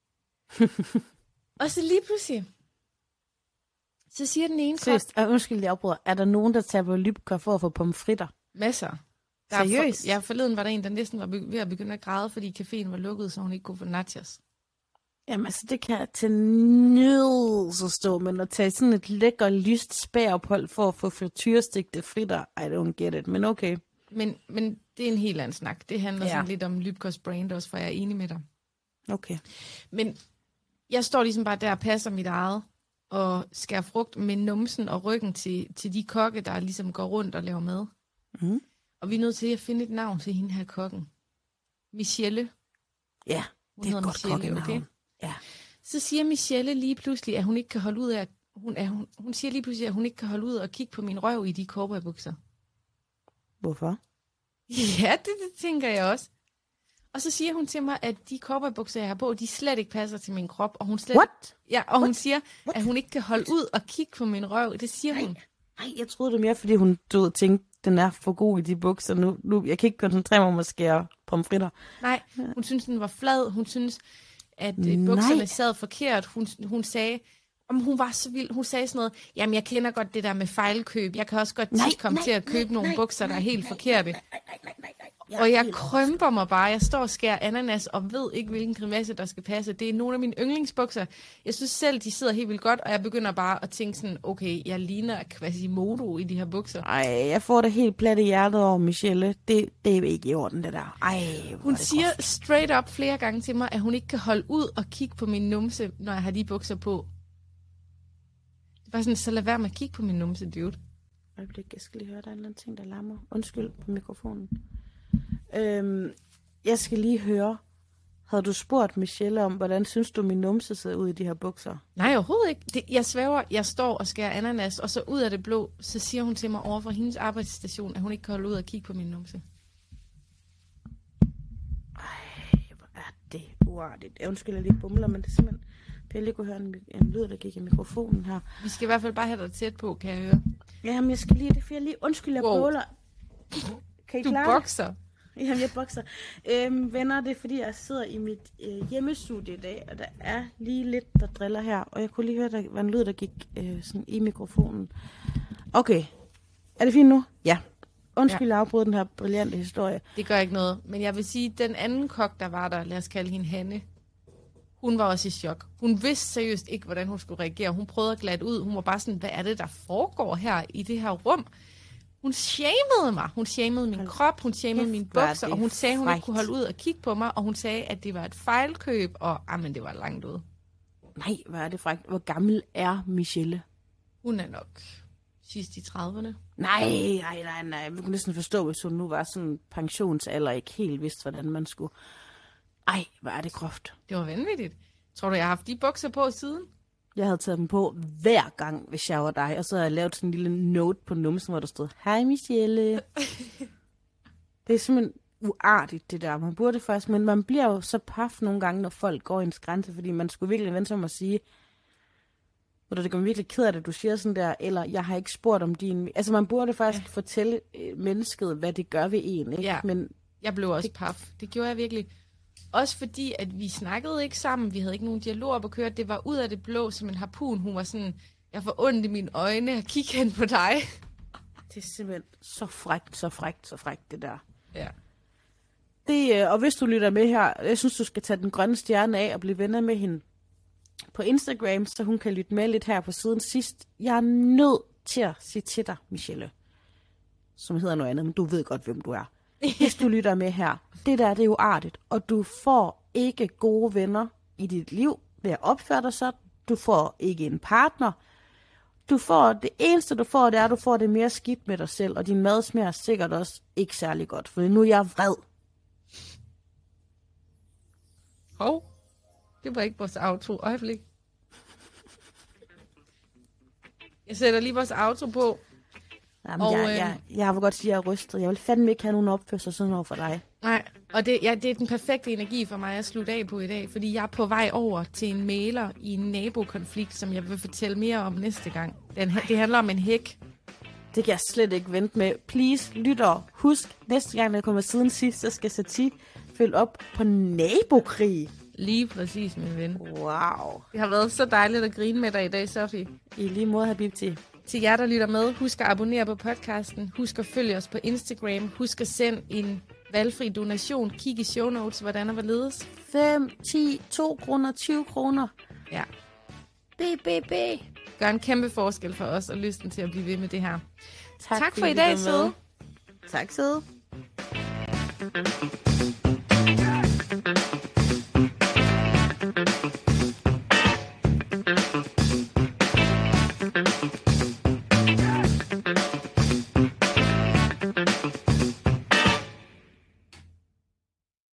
Og så lige pludselig, så siger den ene kok... Uh, undskyld, jeg afbryder. Er der nogen, der tager på Lybker for at få pomfritter? Masser. Der Seriøst? For, ja, forleden var der en, der næsten var ved at begynde at græde, fordi caféen var lukket, så hun ikke kunne få nachos. Jamen altså, det kan jeg til nød så stå, men at tage sådan et lækker, lyst spærophold for at få frityrstigte fritter, I don't get it, men okay. Men, men det er en helt anden snak. Det handler ja. sådan lidt om Lybkers brand også, for jeg er enig med dig. Okay. Men jeg står ligesom bare der og passer mit eget, og skærer frugt med numsen og ryggen til, til de kokke, der ligesom går rundt og laver mad. Mm. Og vi er nødt til at finde et navn til hende her kokken. Michelle. Ja, hun det er et godt kokkenavn. Okay? Ja. Så siger Michelle lige pludselig, at hun ikke kan holde ud af, hun, er, hun, hun siger lige pludselig, at hun ikke kan holde ud og kigge på min røv i de cowboybukser. Hvorfor? Ja, det, det tænker jeg også. Og så siger hun til mig, at de cowboybukser, jeg har på, de slet ikke passer til min krop. Og hun slet, What? Ja, og What? hun siger, What? at hun ikke kan holde ud og kigge på min røv. Det siger nej, hun. Nej, jeg troede det mere, fordi hun du, tænkte, den er for god i de bukser. Nu, nu, jeg kan ikke koncentrere mig om at skære pomfritter. Nej, hun synes, den var flad. Hun synes, at øh, bukserne nej. sad forkert. Hun, hun sagde, om hun var så vild. Hun sagde sådan noget, jamen jeg kender godt det der med fejlkøb. Jeg kan også godt tit komme nej, til at købe nej, nogle nej, bukser, der er helt nej, forkerte. Nej, nej, nej, nej, nej. Jeg og jeg krømper mig bare. Jeg står og skærer ananas og ved ikke, hvilken grimasse, der skal passe. Det er nogle af mine yndlingsbukser. Jeg synes selv, de sidder helt vildt godt, og jeg begynder bare at tænke sådan, okay, jeg ligner Quasimodo i de her bukser. Ej, jeg får det helt plat i hjertet over Michelle. Det, det er ikke i orden, det der. Ej, hun siger groft. straight up flere gange til mig, at hun ikke kan holde ud og kigge på min numse, når jeg har de bukser på. Det var sådan, så lad være med at kigge på min numse, dude. Øjeblik, jeg skal lige høre, der er en eller anden ting, der larmer. Undskyld på mikrofonen. Øhm, jeg skal lige høre, havde du spurgt Michelle om, hvordan synes du, min numse ser ud i de her bukser? Nej, overhovedet ikke. Det, jeg svæver, jeg står og skærer ananas, og så ud af det blå, så siger hun til mig over fra hendes arbejdsstation, at hun ikke kan holde ud og kigge på min numse. Ej, hvor er det uartigt. Jeg undskylder lige bumler, men det er simpelthen... Det jeg lige kunne høre en, en lyd, der gik i mikrofonen her. Vi skal i hvert fald bare have dig tæt på, kan jeg høre. Jamen, jeg skal lige... Det får jeg lige... Undskyld, jeg wow. bumler. Kan I du klare bokser. Jamen, jeg bokser. Øhm, venner, det er fordi, jeg sidder i mit øh, hjemmestudie i dag, og der er lige lidt, der driller her. Og jeg kunne lige høre, der var en lyd, der gik øh, sådan i mikrofonen. Okay. Er det fint nu? Ja. Undskyld, ja. Jeg afbryder den her brillante historie. Det gør ikke noget. Men jeg vil sige, den anden kok, der var der, lad os kalde hende Hanne, hun var også i chok. Hun vidste seriøst ikke, hvordan hun skulle reagere. Hun prøvede at glatte ud. Hun var bare sådan, hvad er det, der foregår her i det her rum? Hun shamede mig. Hun shamede min krop, hun shamede mine bukser, og hun sagde, at hun ikke kunne holde ud og kigge på mig, og hun sagde, at det var et fejlkøb, og ah, men det var langt ud. Nej, hvad er det frækt. Hvor gammel er Michelle? Hun er nok sidst i trediverne. Nej, nej, nej, nej. Jeg kunne næsten forstå, hvis hun nu var sådan pensionsalder, ikke helt vidste, hvordan man skulle... Ej, hvor er det groft. Det var vanvittigt. Tror du, jeg har haft de bukser på siden? Jeg havde taget dem på hver gang, hvis jeg var dig. Og så havde jeg lavet sådan en lille note på numsen, hvor der stod, hej Michelle. Det er simpelthen uartigt, det der. Man burde faktisk, men man bliver jo så paf nogle gange, når folk går i en grænse, fordi man skulle virkelig vente om at sige, hvor det går virkelig ked af det, du siger sådan der, eller jeg har ikke spurgt om din... Altså man burde faktisk ja. fortælle mennesket, hvad det gør ved en, ikke? Ja, men jeg blev også paf. Det gjorde jeg virkelig. Også fordi, at vi snakkede ikke sammen, vi havde ikke nogen dialoger på køre. Det var ud af det blå som en harpun. Hun var sådan, jeg får ondt i mine øjne og kigge hen på dig. Det er simpelthen så frækt, så frækt, så frækt, det der. Ja. Det, og hvis du lytter med her, jeg synes, du skal tage den grønne stjerne af og blive venner med hende på Instagram, så hun kan lytte med lidt her på siden sidst. Jeg er nødt til at sige til dig, Michelle, som hedder noget andet, men du ved godt, hvem du er. Hvis du lytter med her, det der, det er jo artigt, og du får ikke gode venner i dit liv ved at opføre dig sådan. Du får ikke en partner. Du får, det eneste du får, det er, at du får det mere skidt med dig selv, og din mad smager sikkert også ikke særlig godt, for nu er jeg vred. Hov, det var ikke vores outro. Øjeblik. Jeg sætter lige vores outro på. Jamen, og, jeg, jeg, jeg vil godt sige, at jeg er rystet. Jeg vil fandme ikke have nogen opførsel sådan over for dig. Nej, og det, ja, det er den perfekte energi for mig at slutte af på i dag, fordi jeg er på vej over til en mailer i en nabokonflikt, som jeg vil fortælle mere om næste gang. Den, det handler om en hæk. Det kan jeg slet ikke vente med. Please, lytter, husk, næste gang, der kommer siden sidst, så skal Satie følge op på nabokrig. Lige præcis, min ven. Wow. Det har været så dejligt at grine med dig i dag, Sofie. I lige måde, Habibti. Til jer, der lytter med, husk at abonnere på podcasten. Husk at følge os på Instagram. Husk at sende en valgfri donation. Kig i show notes, hvordan og hvorledes. fem, ti, to kroner, tyve kroner. Ja. B, B, B. Gør en kæmpe forskel for os og lysten til at blive ved med det her. Tak, tak for i dag, søde. Tak, søde. Thank you.